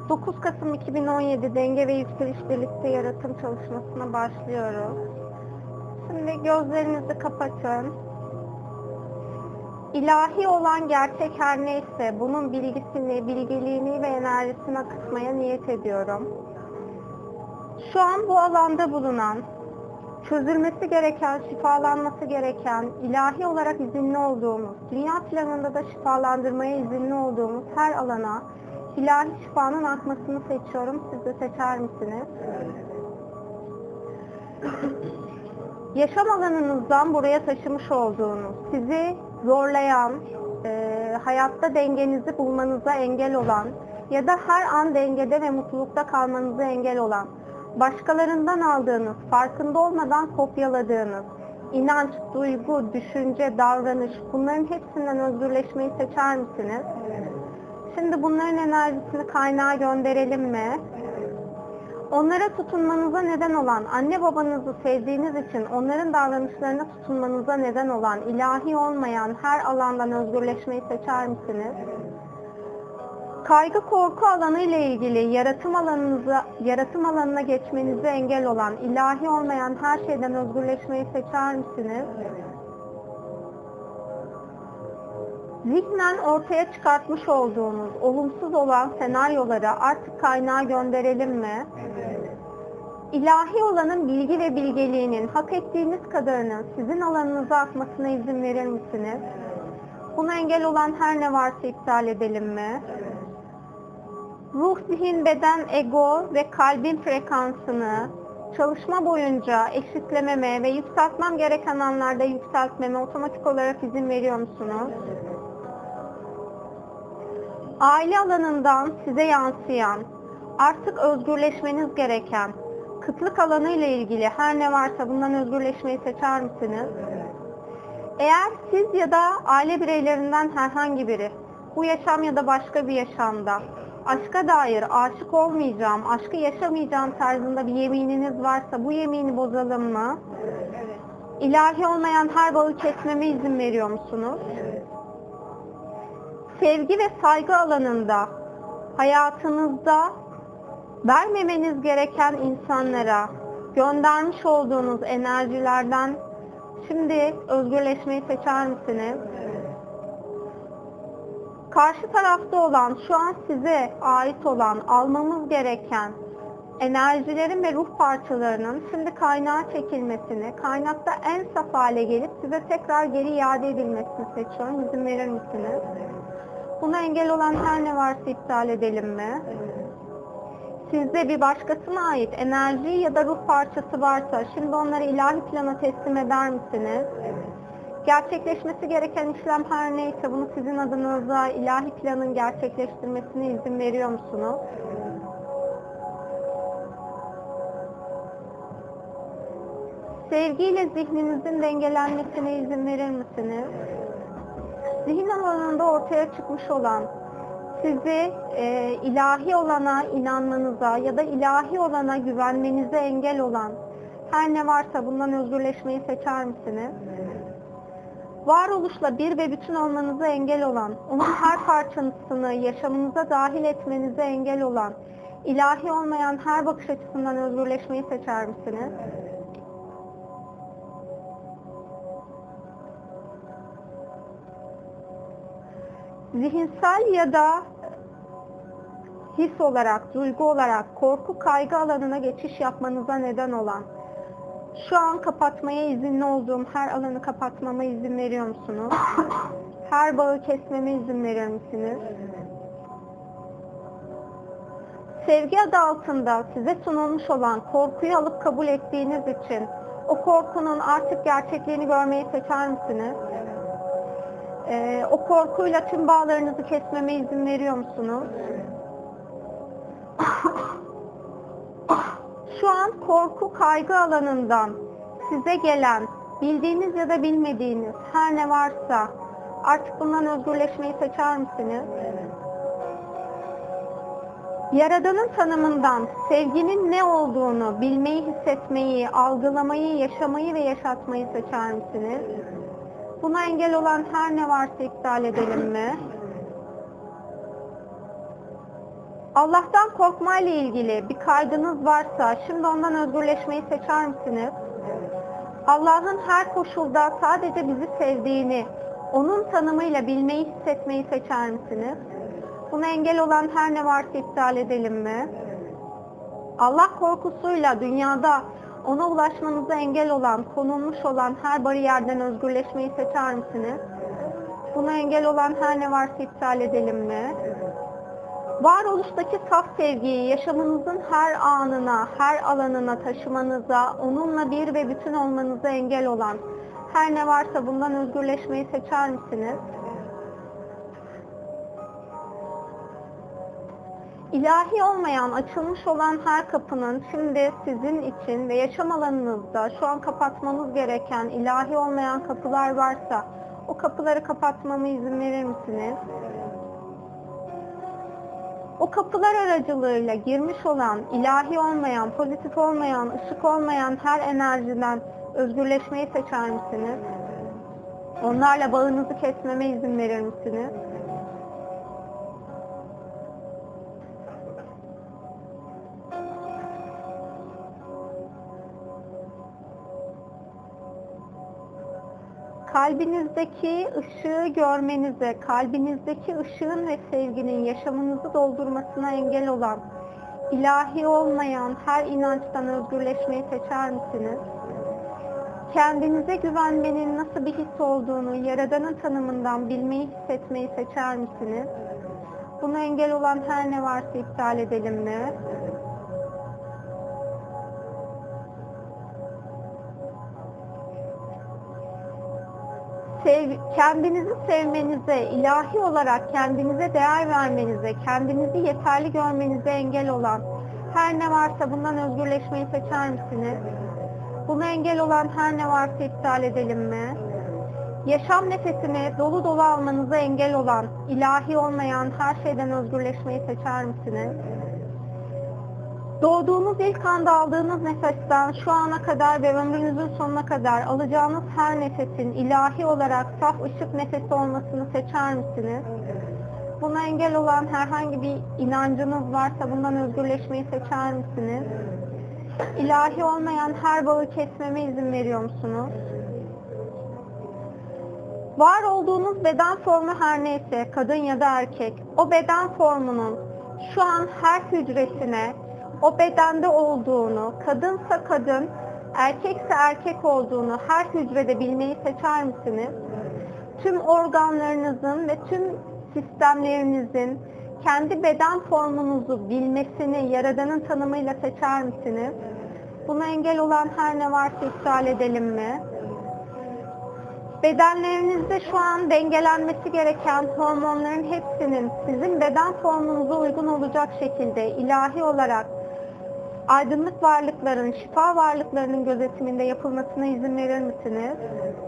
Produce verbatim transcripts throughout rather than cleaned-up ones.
dokuz Kasım iki bin on yedi Denge ve Yükseliş Birlikte Yaratım çalışmasına başlıyoruz. Şimdi gözlerinizi kapatın. İlahi olan gerçek her neyse bunun bilgisini, bilgeliğini ve enerjisini akıtmaya niyet ediyorum. Şu an bu alanda bulunan, çözülmesi gereken, şifalanması gereken, ilahi olarak izinli olduğumuz, dünya planında da şifalandırmaya izinli olduğumuz her alana ilahi şifanın akmasını seçiyorum. Siz de seçer misiniz? Yaşam alanınızdan buraya taşımış olduğunuz, sizi zorlayan, e, hayatta dengenizi bulmanıza engel olan ya da her an dengede ve mutlulukta kalmanıza engel olan, başkalarından aldığınız, farkında olmadan kopyaladığınız, inanç, duygu, düşünce, davranış, bunların hepsinden özgürleşmeyi seçer misiniz? Şimdi bunların enerjisini kaynağa gönderelim mi? Onlara tutunmanıza neden olan, anne babanızı sevdiğiniz için onların davranışlarına tutunmanıza neden olan, ilahi olmayan her alandan özgürleşmeyi seçer misiniz? Kaygı korku alanı ile ilgili yaratım alanınıza, yaratım alanına geçmenize engel olan, ilahi olmayan her şeyden özgürleşmeyi seçer misiniz? Zihnen ortaya çıkartmış olduğunuz olumsuz olan senaryoları artık kaynağa gönderelim mi? İlahi olanın bilgi ve bilgeliğinin hak ettiğiniz kadarının sizin alanınıza akmasına izin verir misiniz? Buna engel olan her ne varsa iptal edelim mi? Ruh, zihin, beden, ego ve kalbin frekansını çalışma boyunca eşitlememe ve yükseltmem gereken anlarda yükseltmeme otomatik olarak izin veriyor musunuz? Aile alanından size yansıyan, artık özgürleşmeniz gereken, kıtlık alanı ile ilgili her ne varsa bundan özgürleşmeyi seçer misiniz? Eğer siz ya da aile bireylerinden herhangi biri, bu yaşam ya da başka bir yaşamda, aşka dair aşık olmayacağım, aşkı yaşamayacağım tarzında bir yemininiz varsa bu yemini bozalım mı? İlahi olmayan her bağı kesmeme izin veriyor musunuz? Sevgi ve saygı alanında hayatınızda vermemeniz gereken insanlara göndermiş olduğunuz enerjilerden şimdi özgürleşmeyi seçer misiniz? Karşı tarafta olan, şu an size ait olan, almamız gereken enerjilerin ve ruh parçalarının şimdi kaynağa çekilmesini, kaynakta en saf hale gelip size tekrar geri iade edilmesini seçiyorum. İzin verir misiniz? Buna engel olan her ne varsa iptal edelim mi? Sizde bir başkasına ait enerji ya da ruh parçası varsa şimdi onları ilahi plana teslim eder misiniz? Gerçekleşmesi gereken işlem her neyse bunu sizin adınıza ilahi planın gerçekleştirmesine izin veriyor musunuz? Sevgiyle zihninizin dengelenmesine izin verir misiniz? Zihin alanında ortaya çıkmış olan, sizi e, ilahi olana inanmanıza ya da ilahi olana güvenmenize engel olan her ne varsa bundan özgürleşmeyi seçer misiniz? Varoluşla bir ve bütün olmanıza engel olan, onun her parçasını yaşamınıza dahil etmenize engel olan, ilahi olmayan her bakış açısından özgürleşmeyi seçer misiniz? Zihinsel ya da his olarak, duygu olarak korku, kaygı alanına geçiş yapmanıza neden olan, şu an kapatmaya izinli olduğum her alanı kapatmama izin veriyor musunuz? Her bağı kesmeme izin verir misiniz? Sevgi adı altında size sunulmuş olan korkuyu alıp kabul ettiğiniz için o korkunun artık gerçekliğini görmeyi seçer misiniz? Ee, o korkuyla tüm bağlarınızı kesmeme izin veriyor musunuz? Şu an korku, kaygı alanından size gelen, bildiğiniz ya da bilmediğiniz her ne varsa artık bundan özgürleşmeyi seçer misiniz? Yaradanın tanımından sevginin ne olduğunu bilmeyi, hissetmeyi, algılamayı, yaşamayı ve yaşatmayı seçer misiniz? Buna engel olan her ne varsa iptal edelim mi? Allah'tan korkmayla ilgili bir kaygınız varsa şimdi ondan özgürleşmeyi seçer misiniz? Allah'ın her koşulda sadece bizi sevdiğini, onun tanımıyla bilmeyi, hissetmeyi seçer misiniz? Buna engel olan her ne varsa iptal edelim mi? Allah korkusuyla dünyada ona ulaşmanıza engel olan, konulmuş olan her bariyerden özgürleşmeyi seçer misiniz? Buna engel olan her ne varsa iptal edelim mi? Varoluştaki saf sevgiyi yaşamınızın her anına, her alanına taşımanıza, onunla bir ve bütün olmanıza engel olan her ne varsa bundan özgürleşmeyi seçer misiniz? İlahi olmayan, açılmış olan her kapının şimdi sizin için ve yaşam alanınızda şu an kapatmanız gereken ilahi olmayan kapılar varsa o kapıları kapatmama izin verir misiniz? O kapılar aracılığıyla girmiş olan, ilahi olmayan, pozitif olmayan, ışık olmayan her enerjiden özgürleşmeyi seçer misiniz? Onlarla bağınızı kesmeme izin verir misiniz? Kalbinizdeki ışığı görmenize, kalbinizdeki ışığın ve sevginin yaşamınızı doldurmasına engel olan, ilahi olmayan her inançtan özgürleşmeyi seçer misiniz? Kendinize güvenmenin nasıl bir his olduğunu Yaradan'ın tanımından bilmeyi, hissetmeyi seçer misiniz? Buna engel olan her ne varsa iptal edelim mi? Sev, kendinizi sevmenize, ilahi olarak kendinize değer vermenize, kendinizi yeterli görmenize engel olan her ne varsa bundan özgürleşmeyi seçer misiniz? Buna engel olan her ne varsa iptal edelim mi? Yaşam nefesini dolu dolu almanıza engel olan, ilahi olmayan her şeyden özgürleşmeyi seçer misiniz? Doğduğunuz ilk anda aldığınız nefesten şu ana kadar ve ömrünüzün sonuna kadar alacağınız her nefesin ilahi olarak saf ışık nefesi olmasını seçer misiniz? Buna engel olan herhangi bir inancınız varsa bundan özgürleşmeyi seçer misiniz? İlahi olmayan her bağı kesmeme izin veriyor musunuz? Var olduğunuz beden formu her neyse, kadın ya da erkek, o beden formunun şu an her hücresine o bedende olduğunu, kadınsa kadın, erkekse erkek olduğunu her hücrede bilmeyi seçer misiniz? Tüm organlarınızın ve tüm sistemlerinizin kendi beden formunuzu bilmesini Yaradan'ın tanımıyla seçer misiniz? Buna engel olan her ne varsa iptal edelim mi? Bedenlerinizde şu an dengelenmesi gereken hormonların hepsinin sizin beden formunuza uygun olacak şekilde ilahi olarak aydınlık varlıkların, şifa varlıklarının gözetiminde yapılmasına izin verir misiniz?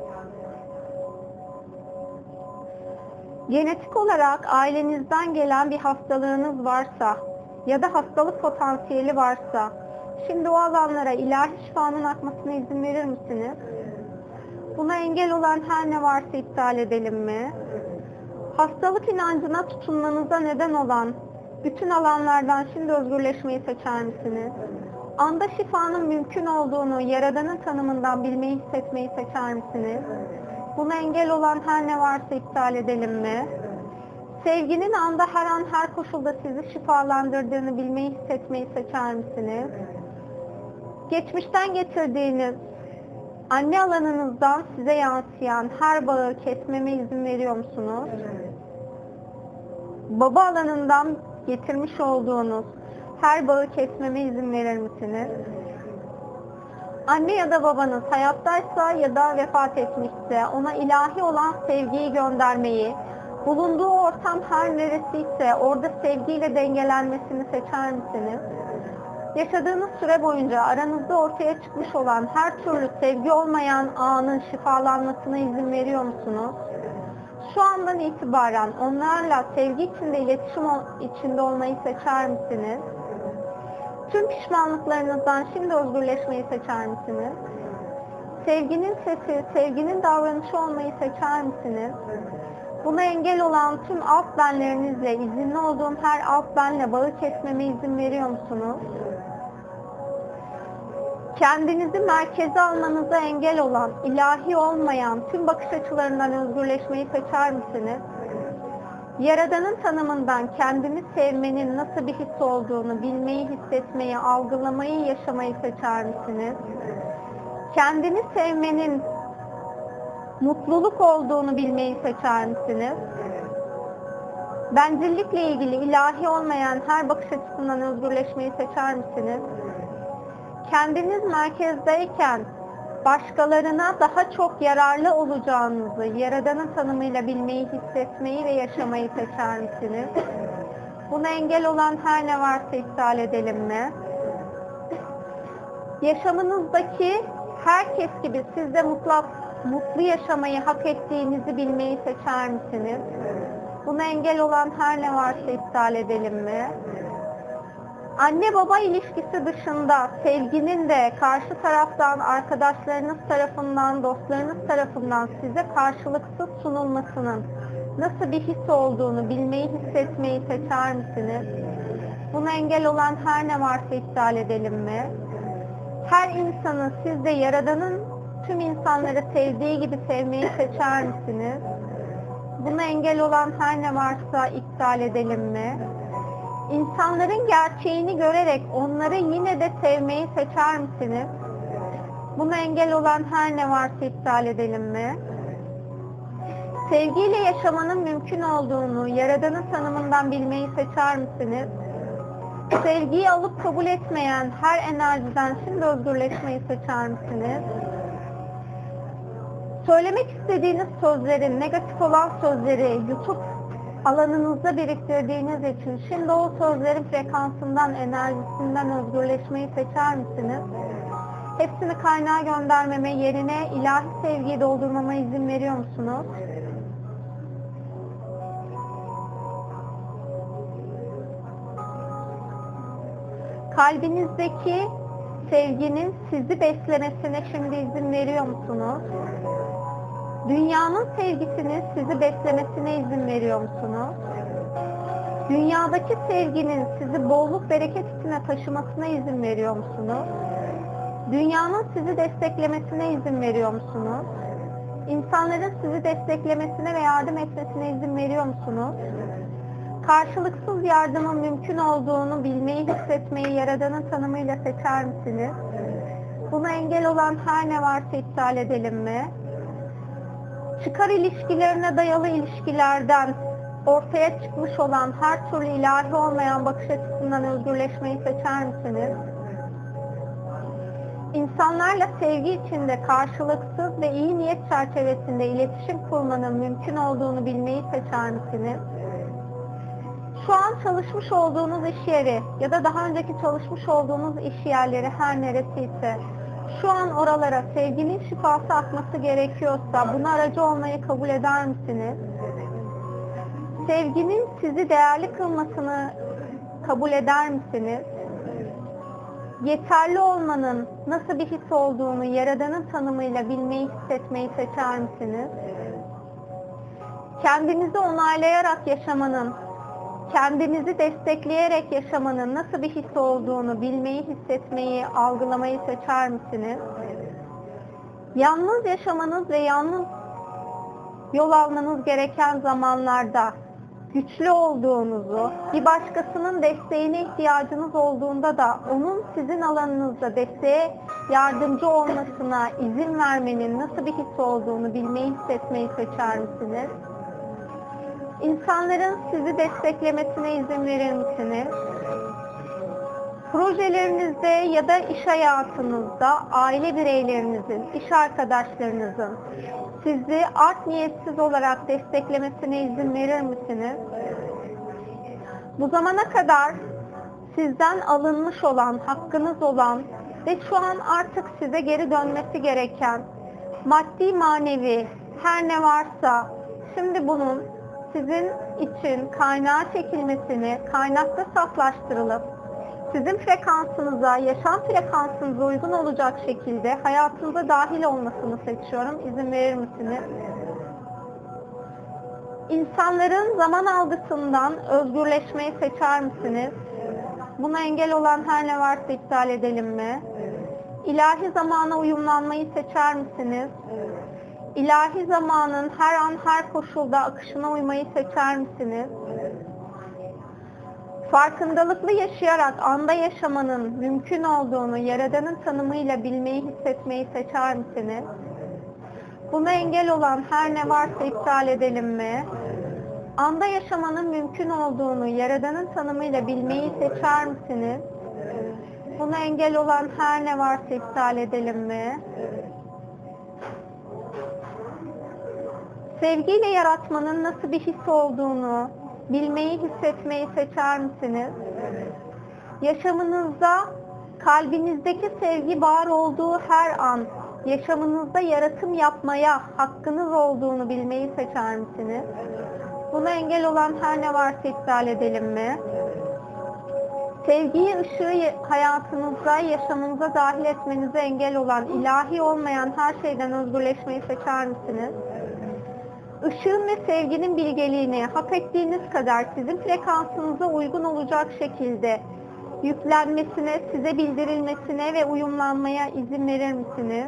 Genetik olarak ailenizden gelen bir hastalığınız varsa ya da hastalık potansiyeli varsa şimdi o alanlara ilahi şifanın akmasına izin verir misiniz? Buna engel olan her ne varsa iptal edelim mi? Hastalık inancına tutunmanıza neden olan bütün alanlardan şimdi özgürleşmeyi seçer misiniz? Anda şifanın mümkün olduğunu Yaradan'ın tanımından bilmeyi, hissetmeyi seçer misiniz? Buna engel olan her ne varsa iptal edelim mi? Sevginin anda her an her koşulda sizi şifalandırdığını bilmeyi, hissetmeyi seçer misiniz? Geçmişten getirdiğiniz anne alanınızdan size yansıyan her bağı kesmeme izin veriyor musunuz? Baba alanından getirmiş olduğunuz her bağı kesmeme izin verir misiniz? Anne ya da babanız hayattaysa ya da vefat etmişse ona ilahi olan sevgiyi göndermeyi, bulunduğu ortam her neresiyse orada sevgiyle dengelenmesini seçer misiniz? Yaşadığınız süre boyunca aranızda ortaya çıkmış olan her türlü sevgi olmayan anın şifalanmasına izin veriyor musunuz? Şu andan itibaren onlarla sevgi içinde, iletişim içinde olmayı seçer misiniz? Tüm pişmanlıklarınızdan şimdi özgürleşmeyi seçer misiniz? Sevginin sesi, sevginin davranışı olmayı seçer misiniz? Buna engel olan tüm alt benlerinizle, izinli olduğum her alt benle bağı kesmeme izin veriyor musunuz? Kendinizi merkeze almanıza engel olan, ilahi olmayan tüm bakış açılarından özgürleşmeyi seçer misiniz? Yaradanın tanımından kendini sevmenin nasıl bir his olduğunu bilmeyi, hissetmeyi, algılamayı, yaşamayı seçer misiniz? Kendini sevmenin mutluluk olduğunu bilmeyi seçer misiniz? Bencillikle ilgili ilahi olmayan her bakış açısından özgürleşmeyi seçer misiniz? Kendiniz merkezdeyken başkalarına daha çok yararlı olacağınızı, Yaradan'ın tanımıyla bilmeyi, hissetmeyi ve yaşamayı seçer misiniz? Buna engel olan her ne varsa iptal edelim mi? Yaşamınızdaki herkes gibi siz de mutlak, mutlu yaşamayı hak ettiğinizi bilmeyi seçer misiniz? Buna engel olan her ne varsa iptal edelim mi? Anne baba ilişkisi dışında sevginin de karşı taraftan, arkadaşlarınız tarafından, dostlarınız tarafından size karşılıksız sunulmasının nasıl bir his olduğunu bilmeyi, hissetmeyi seçer misiniz? Buna engel olan her ne varsa iptal edelim mi? Her insanı siz de Yaradan'ın tüm insanları sevdiği gibi sevmeyi seçer misiniz? Buna engel olan her ne varsa iptal edelim mi? İnsanların gerçeğini görerek onları yine de sevmeyi seçer misiniz? Buna engel olan her ne varsa iptal edelim mi? Sevgiyle yaşamanın mümkün olduğunu Yaradan'ın tanımından bilmeyi seçer misiniz? Sevgiyi alıp kabul etmeyen her enerjiden şimdi özgürleşmeyi seçer misiniz? Söylemek istediğiniz sözlerin, negatif olan sözleri yutup alanınızda biriktirdiğiniz için şimdi o sözlerin frekansından, enerjisinden özgürleşmeyi seçer misiniz? Hepsini kaynağa göndermeme yerine ilahi sevgiyi doldurmama izin veriyor musunuz? Kalbinizdeki sevginin sizi beslemesine şimdi izin veriyor musunuz? Dünyanın sevgisinin sizi beslemesine izin veriyor musunuz? Dünyadaki sevginin sizi bolluk bereket içine taşımasına izin veriyor musunuz? Dünyanın sizi desteklemesine izin veriyor musunuz? İnsanların sizi desteklemesine ve yardım etmesine izin veriyor musunuz? Karşılıksız yardımın mümkün olduğunu bilmeyi, hissetmeyi Yaradan'ın tanımıyla seçer misiniz? Buna engel olan her ne varsa iptal edelim mi? Çıkar ilişkilerine dayalı ilişkilerden ortaya çıkmış olan her türlü ilahi olmayan bakış açısından özgürleşmeyi seçer misiniz? İnsanlarla sevgi içinde karşılıksız ve iyi niyet çerçevesinde iletişim kurmanın mümkün olduğunu bilmeyi seçer misiniz? Şu an çalışmış olduğunuz iş yeri ya da daha önceki çalışmış olduğunuz iş yerleri her neresiyse şu an oralara sevginin şifası akması gerekiyorsa buna aracı olmayı kabul eder misiniz? Sevginin sizi değerli kılmasını kabul eder misiniz? Yeterli olmanın nasıl bir his olduğunu Yaradan'ın tanımıyla bilmeyi, hissetmeyi seçer misiniz? Kendinizi onaylayarak yaşamanın, kendinizi destekleyerek yaşamanın nasıl bir his olduğunu bilmeyi, hissetmeyi, algılamayı seçer misiniz? Yalnız yaşamanız ve yalnız yol almanız gereken zamanlarda güçlü olduğunuzu, bir başkasının desteğine ihtiyacınız olduğunda da onun sizin alanınızda desteğe yardımcı olmasına izin vermenin nasıl bir his olduğunu bilmeyi, hissetmeyi seçer misiniz? İnsanların sizi desteklemesine izin verir misiniz? Projelerinizde ya da iş hayatınızda aile bireylerinizin, iş arkadaşlarınızın sizi art niyetsiz olarak desteklemesine izin verir misiniz? Bu zamana kadar sizden alınmış olan, hakkınız olan ve şu an artık size geri dönmesi gereken maddi manevi her ne varsa şimdi bunun sizin için kaynağa çekilmesini, kaynakta saflaştırılıp sizin frekansınıza, yaşam frekansınıza uygun olacak şekilde hayatınıza dahil olmasını seçiyorum. İzin verir misiniz? İnsanların zaman algısından özgürleşmeyi seçer misiniz? Buna engel olan her ne varsa iptal edelim mi? İlahi zamana uyumlanmayı seçer misiniz? İlahi zamanın her an her koşulda akışına uymayı seçer misiniz? Farkındalıklı yaşayarak anda yaşamanın mümkün olduğunu Yaradan'ın tanımıyla bilmeyi, hissetmeyi seçer misiniz? Buna engel olan her ne varsa iptal edelim mi? Anda yaşamanın mümkün olduğunu Yaradan'ın tanımıyla bilmeyi seçer misiniz? Buna engel olan her ne varsa iptal edelim mi? Sevgiyle yaratmanın nasıl bir his olduğunu bilmeyi, hissetmeyi seçer misiniz? Yaşamınızda kalbinizdeki sevgi var olduğu her an yaşamınızda yaratım yapmaya hakkınız olduğunu bilmeyi seçer misiniz? Buna engel olan her ne varsa iptal edelim mi? Sevgiyi, ışığı hayatınıza, yaşamınıza dahil etmenize engel olan, ilahi olmayan her şeyden özgürleşmeyi seçer misiniz? Işığın ve sevginin bilgeliğini hak ettiğiniz kadar sizin frekansınıza uygun olacak şekilde yüklenmesine, size bildirilmesine ve uyumlanmaya izin verir misiniz?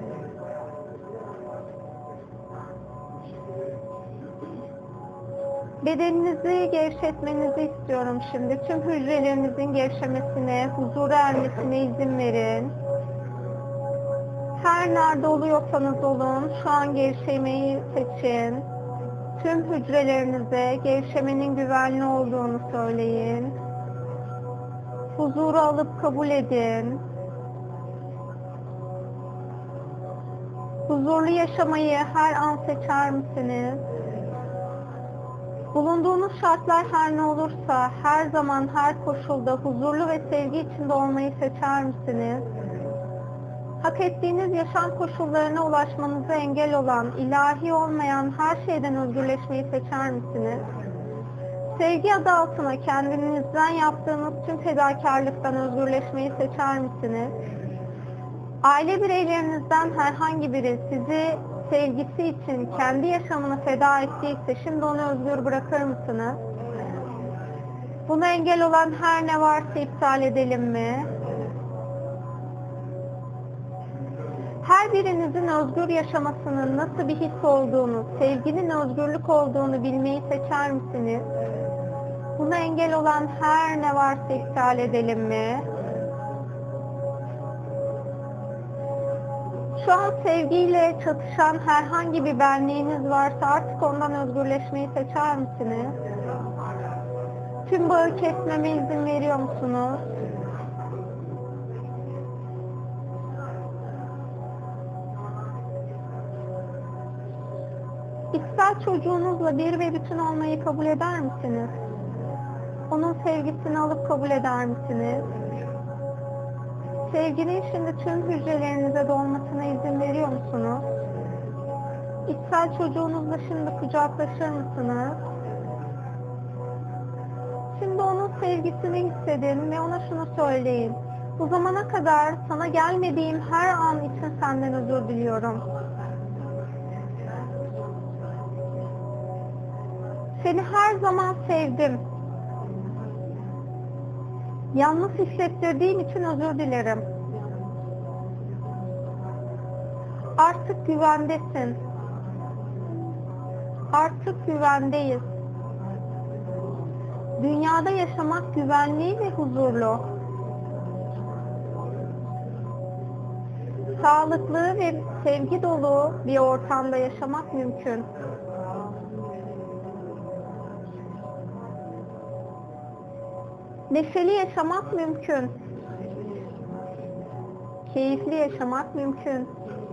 Bedeninizi gevşetmenizi istiyorum şimdi. Tüm hücrelerinizin gevşemesine, huzura ermesine izin verin. Her nerede oluyorsanız olun, şu an gevşemeyi seçin. Tüm hücrelerinize gevşemenin güvenli olduğunu söyleyin. Huzuru alıp kabul edin. Huzurlu yaşamayı her an seçer misiniz? Bulunduğunuz şartlar her ne olursa, her zaman, her koşulda huzurlu ve sevgi içinde olmayı seçer misiniz? Hak ettiğiniz yaşam koşullarına ulaşmanıza engel olan, ilahi olmayan her şeyden özgürleşmeyi seçer misiniz? Sevgi adı altına kendinizden yaptığınız tüm fedakarlıktan özgürleşmeyi seçer misiniz? Aile bireylerinizden herhangi biri sizi sevgisi için kendi yaşamını feda ettiyse şimdi onu özgür bırakır mısınız? Buna engel olan her ne varsa iptal edelim mi? Her birinizin özgür yaşamasının nasıl bir his olduğunu, sevginin özgürlük olduğunu bilmeyi seçer misiniz? Buna engel olan her ne varsa iptal edelim mi? Şu an sevgiyle çatışan herhangi bir benliğiniz varsa artık ondan özgürleşmeyi seçer misiniz? Tüm bağı kesmeme izin veriyor musunuz? İçsel çocuğunuzla bir ve bütün olmayı kabul eder misiniz? Onun sevgisini alıp kabul eder misiniz? Sevginin şimdi tüm hücrelerinize dolmasına izin veriyor musunuz? İçsel çocuğunuzla şimdi kucaklaşır mısınız? Şimdi onun sevgisini hissedin ve ona şunu söyleyin. Bu zamana kadar sana gelmediğim her an için senden özür diliyorum. Seni her zaman sevdim. Yalnız hissettirdiğim için özür dilerim. Artık güvendesin. Artık güvendeyiz. Dünyada yaşamak güvenli ve huzurlu. Sağlıklı ve sevgi dolu bir ortamda yaşamak mümkün. Neşeli yaşamak mümkün. Keyifli yaşamak mümkün.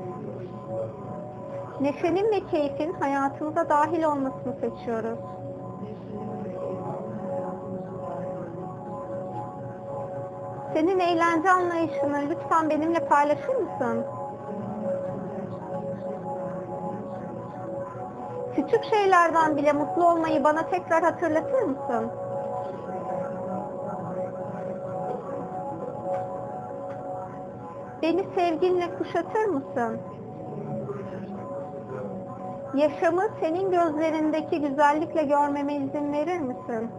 Neşenin ve keyfin hayatımıza dahil olmasını seçiyoruz. Senin eğlence anlayışını lütfen benimle paylaşır mısın? Küçük şeylerden bile mutlu olmayı bana tekrar hatırlatır mısın? Beni sevginle kuşatır mısın? Yaşamı senin gözlerindeki güzellikle görmeme izin verir misin?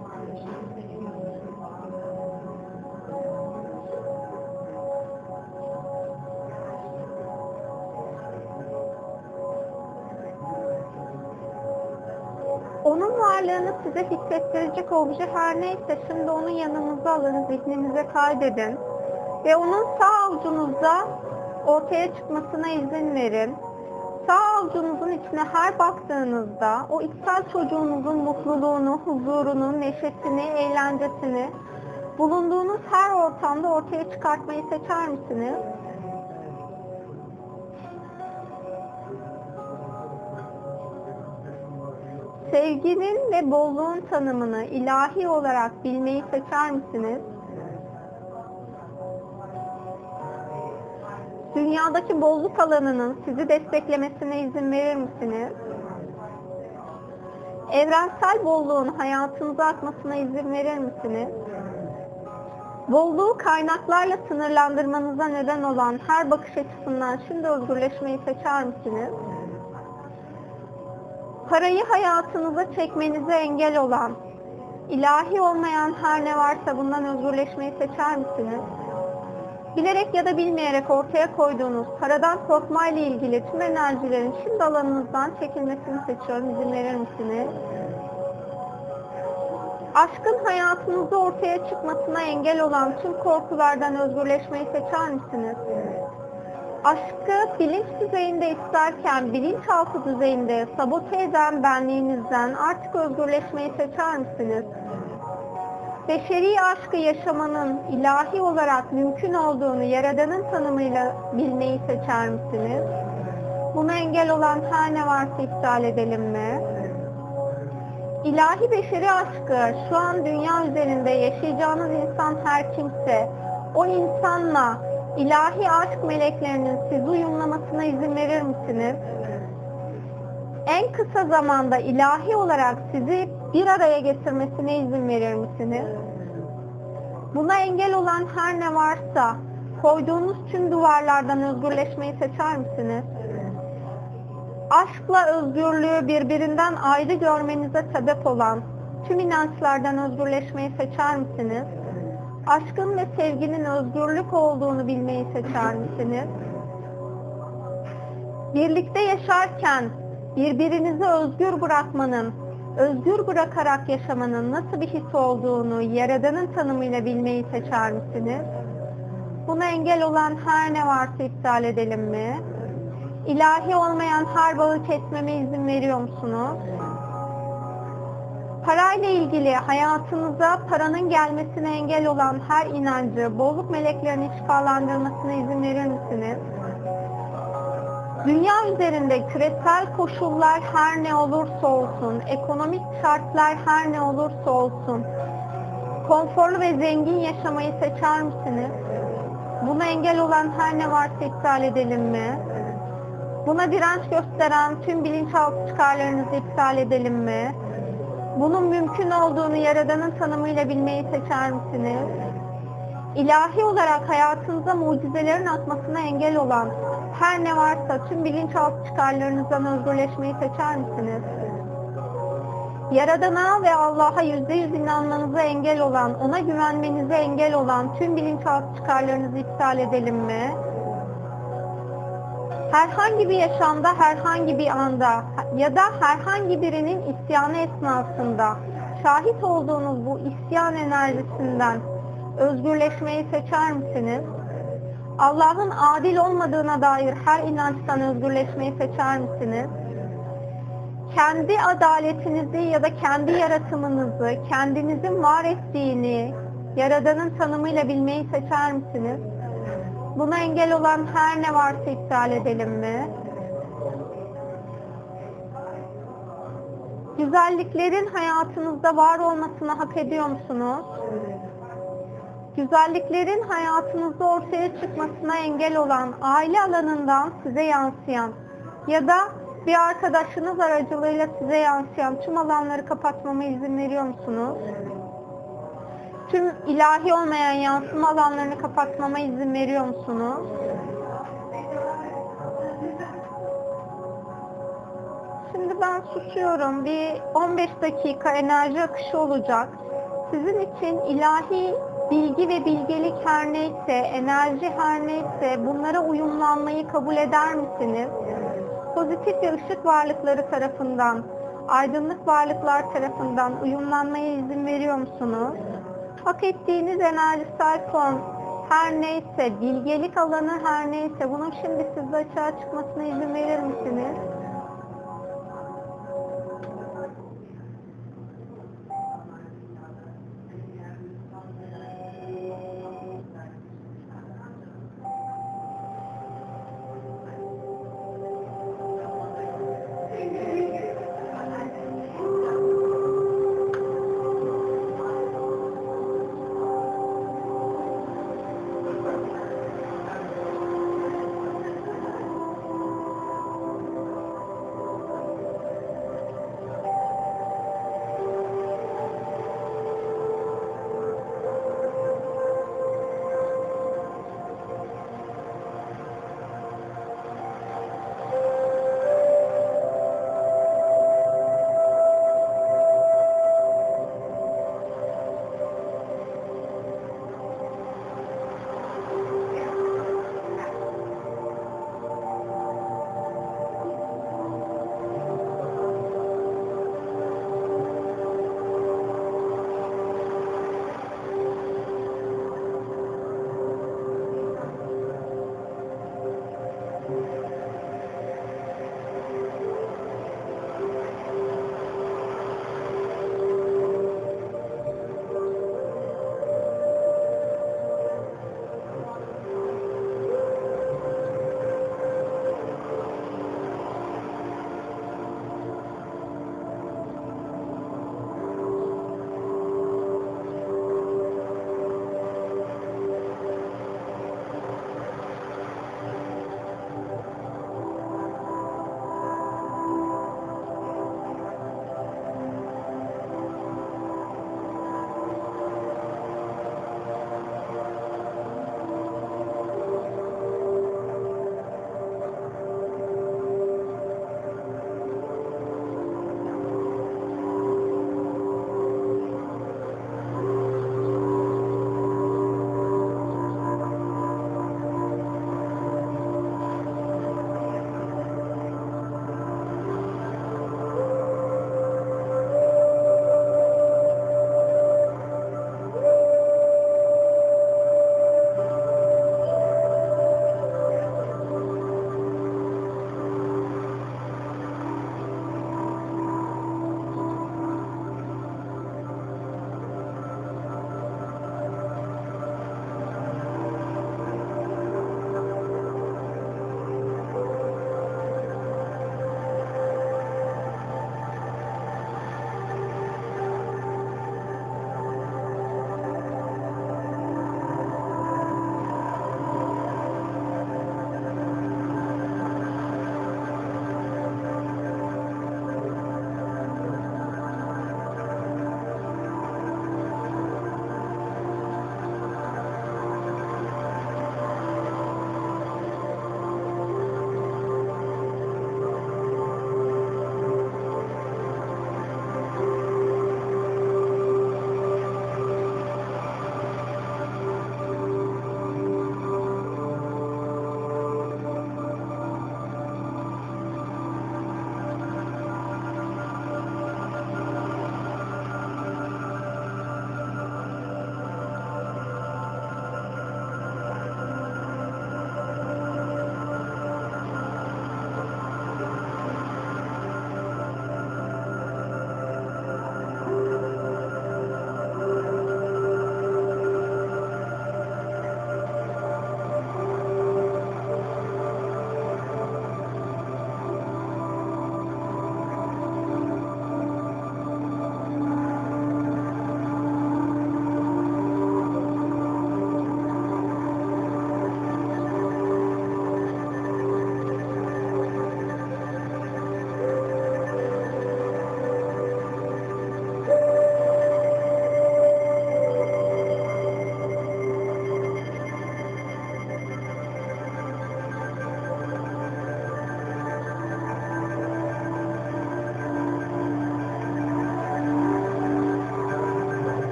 Onun varlığını size hissettirecek obje her neyse şimdi onu yanınıza alın, zihninize kaydedin ve onun sağ avucunuzda ortaya çıkmasına izin verin. Sağ avucunuzun içine her baktığınızda o içsel çocuğunuzun mutluluğunu, huzurunu, neşesini, eğlencesini bulunduğunuz her ortamda ortaya çıkartmayı seçer misiniz? Sevginin ve bolluğun tanımını ilahi olarak bilmeyi seçer misiniz? Dünyadaki bolluk alanının sizi desteklemesine izin verir misiniz? Evrensel bolluğun hayatınıza akmasına izin verir misiniz? Bolluğu kaynaklarla sınırlandırmanıza neden olan her bakış açısından şimdi özgürleşmeyi seçer misiniz? Parayı hayatınıza çekmenize engel olan, ilahi olmayan her ne varsa bundan özgürleşmeyi seçer misiniz? Bilerek ya da bilmeyerek ortaya koyduğunuz paradan korkmayla ilgili tüm enerjilerin şimdi alanınızdan çekilmesini seçiyorum. İzin verir misiniz? Aşkın hayatınızda ortaya çıkmasına engel olan tüm korkulardan özgürleşmeyi seçer misiniz? Aşkı bilinç düzeyinde isterken bilinçaltı düzeyinde sabote eden benliğinizden artık özgürleşmeyi seçer misiniz? Beşeri aşkı yaşamanın ilahi olarak mümkün olduğunu Yaradan'ın tanımıyla bilmeyi seçer misiniz? Buna engel olan her ne varsa iptal edelim mi? İlahi beşeri aşkı şu an dünya üzerinde yaşayacağınız insan her kimse, o insanla ilahi aşk meleklerinin sizi uyumlamasına izin verir misiniz? En kısa zamanda ilahi olarak sizi bir araya getirmesine izin verir misiniz? Buna engel olan her ne varsa koyduğunuz tüm duvarlardan özgürleşmeyi seçer misiniz? Aşkla özgürlüğü birbirinden ayrı görmenize sebep olan tüm inançlardan özgürleşmeyi seçer misiniz? Aşkın ve sevginin özgürlük olduğunu bilmeyi seçer misiniz? Birlikte yaşarken birbirinizi özgür bırakmanın, özgür bırakarak yaşamanın nasıl bir his olduğunu Yaradan'ın tanımıyla bilmeyi seçer misiniz? Buna engel olan her ne varsa iptal edelim mi? İlahi olmayan her bağı kesmeme izin veriyor musunuz? Parayla ilgili hayatınıza paranın gelmesine engel olan her inancı bolluk meleklerinin şifalandırmasına izin verir misiniz? Dünya üzerinde küresel koşullar her ne olursa olsun, ekonomik şartlar her ne olursa olsun, konforlu ve zengin yaşamayı seçer misiniz? Buna engel olan her ne varsa iptal edelim mi? Buna direnç gösteren tüm bilinçaltı çıkarlarınızı iptal edelim mi? Bunun mümkün olduğunu Yaradan'ın tanımıyla bilmeyi seçer misiniz? İlahi olarak hayatınıza mucizelerin akmasına engel olan her ne varsa tüm bilinçaltı çıkarlarınızdan özgürleşmeyi seçer misiniz? Yaradan'a ve Allah'a yüzde yüz inanmanıza engel olan, ona güvenmenize engel olan tüm bilinçaltı çıkarlarınızı iptal edelim mi? Herhangi bir yaşamda, herhangi bir anda ya da herhangi birinin isyanı esnasında şahit olduğunuz bu isyan enerjisinden özgürleşmeyi seçer misiniz? Allah'ın adil olmadığına dair her inançtan özgürleşmeyi seçer misiniz? Kendi adaletinizi ya da kendi yaratımınızı, kendinizin var ettiğini Yaradan'ın tanımıyla bilmeyi seçer misiniz? Buna engel olan her ne varsa iptal edelim mi? Güzelliklerin hayatınızda var olmasını hak ediyor musunuz? Güzelliklerin hayatınızda ortaya çıkmasına engel olan aile alanından size yansıyan ya da bir arkadaşınız aracılığıyla size yansıyan tüm alanları kapatmama izin veriyor musunuz? Tüm ilahi olmayan yansıma alanlarını kapatmama izin veriyor musunuz? Şimdi Şimdi ben susuyorum. Bir on beş dakika enerji akışı olacak. Sizin için ilahi bilgi ve bilgelik her neyse, enerji her neyse bunlara uyumlanmayı kabul eder misiniz? Pozitif ve ışık varlıkları tarafından, aydınlık varlıklar tarafından uyumlanmaya izin veriyor musunuz? Hak ettiğiniz enerjisel form her neyse, bilgelik alanı her neyse, bunun şimdi sizde açığa çıkmasına izin verir misiniz?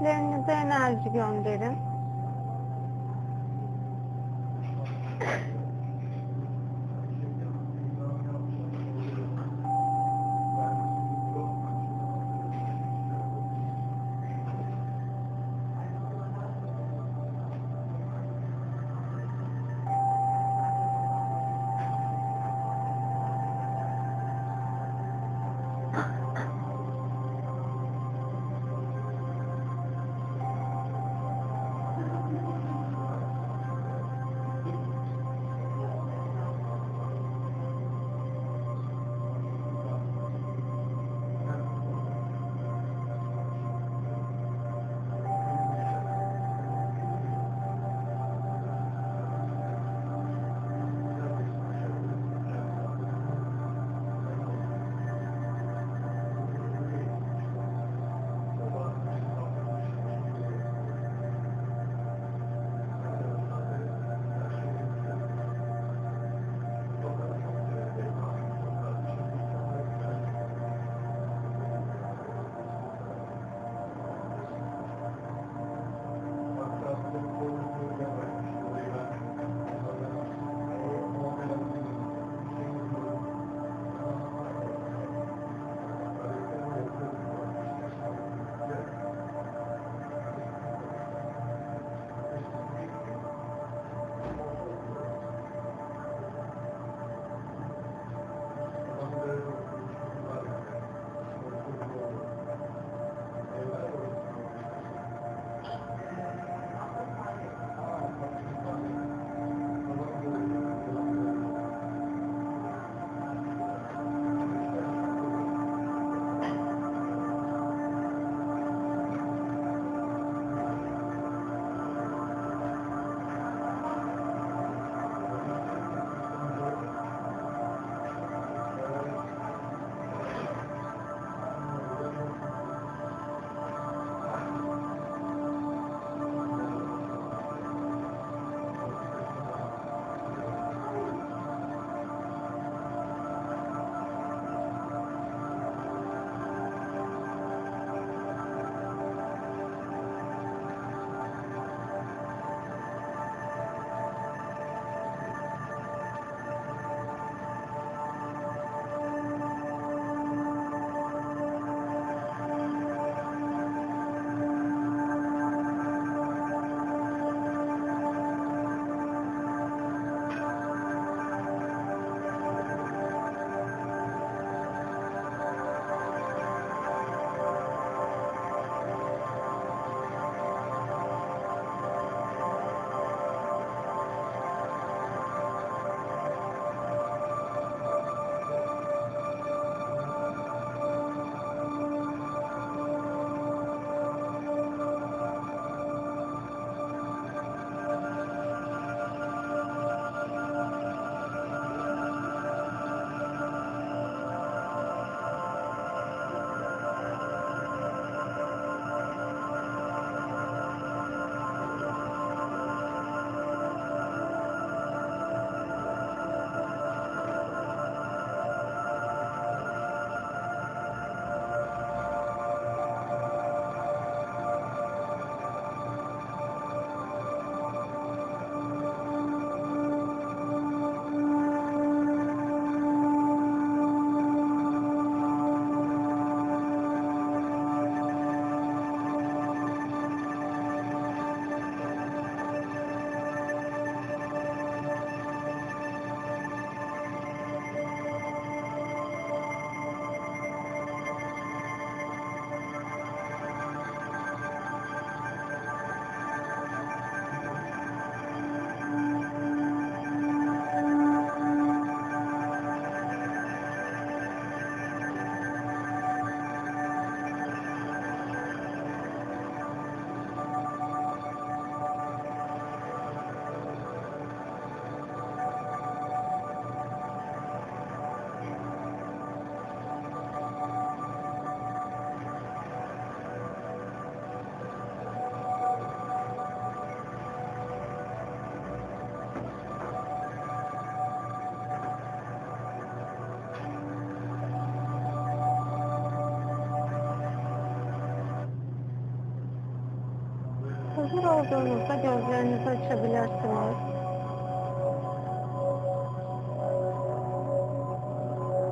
Dişlerinize enerji gönderin. Hazır olduğunuzda gözlerinizi açabilirsiniz.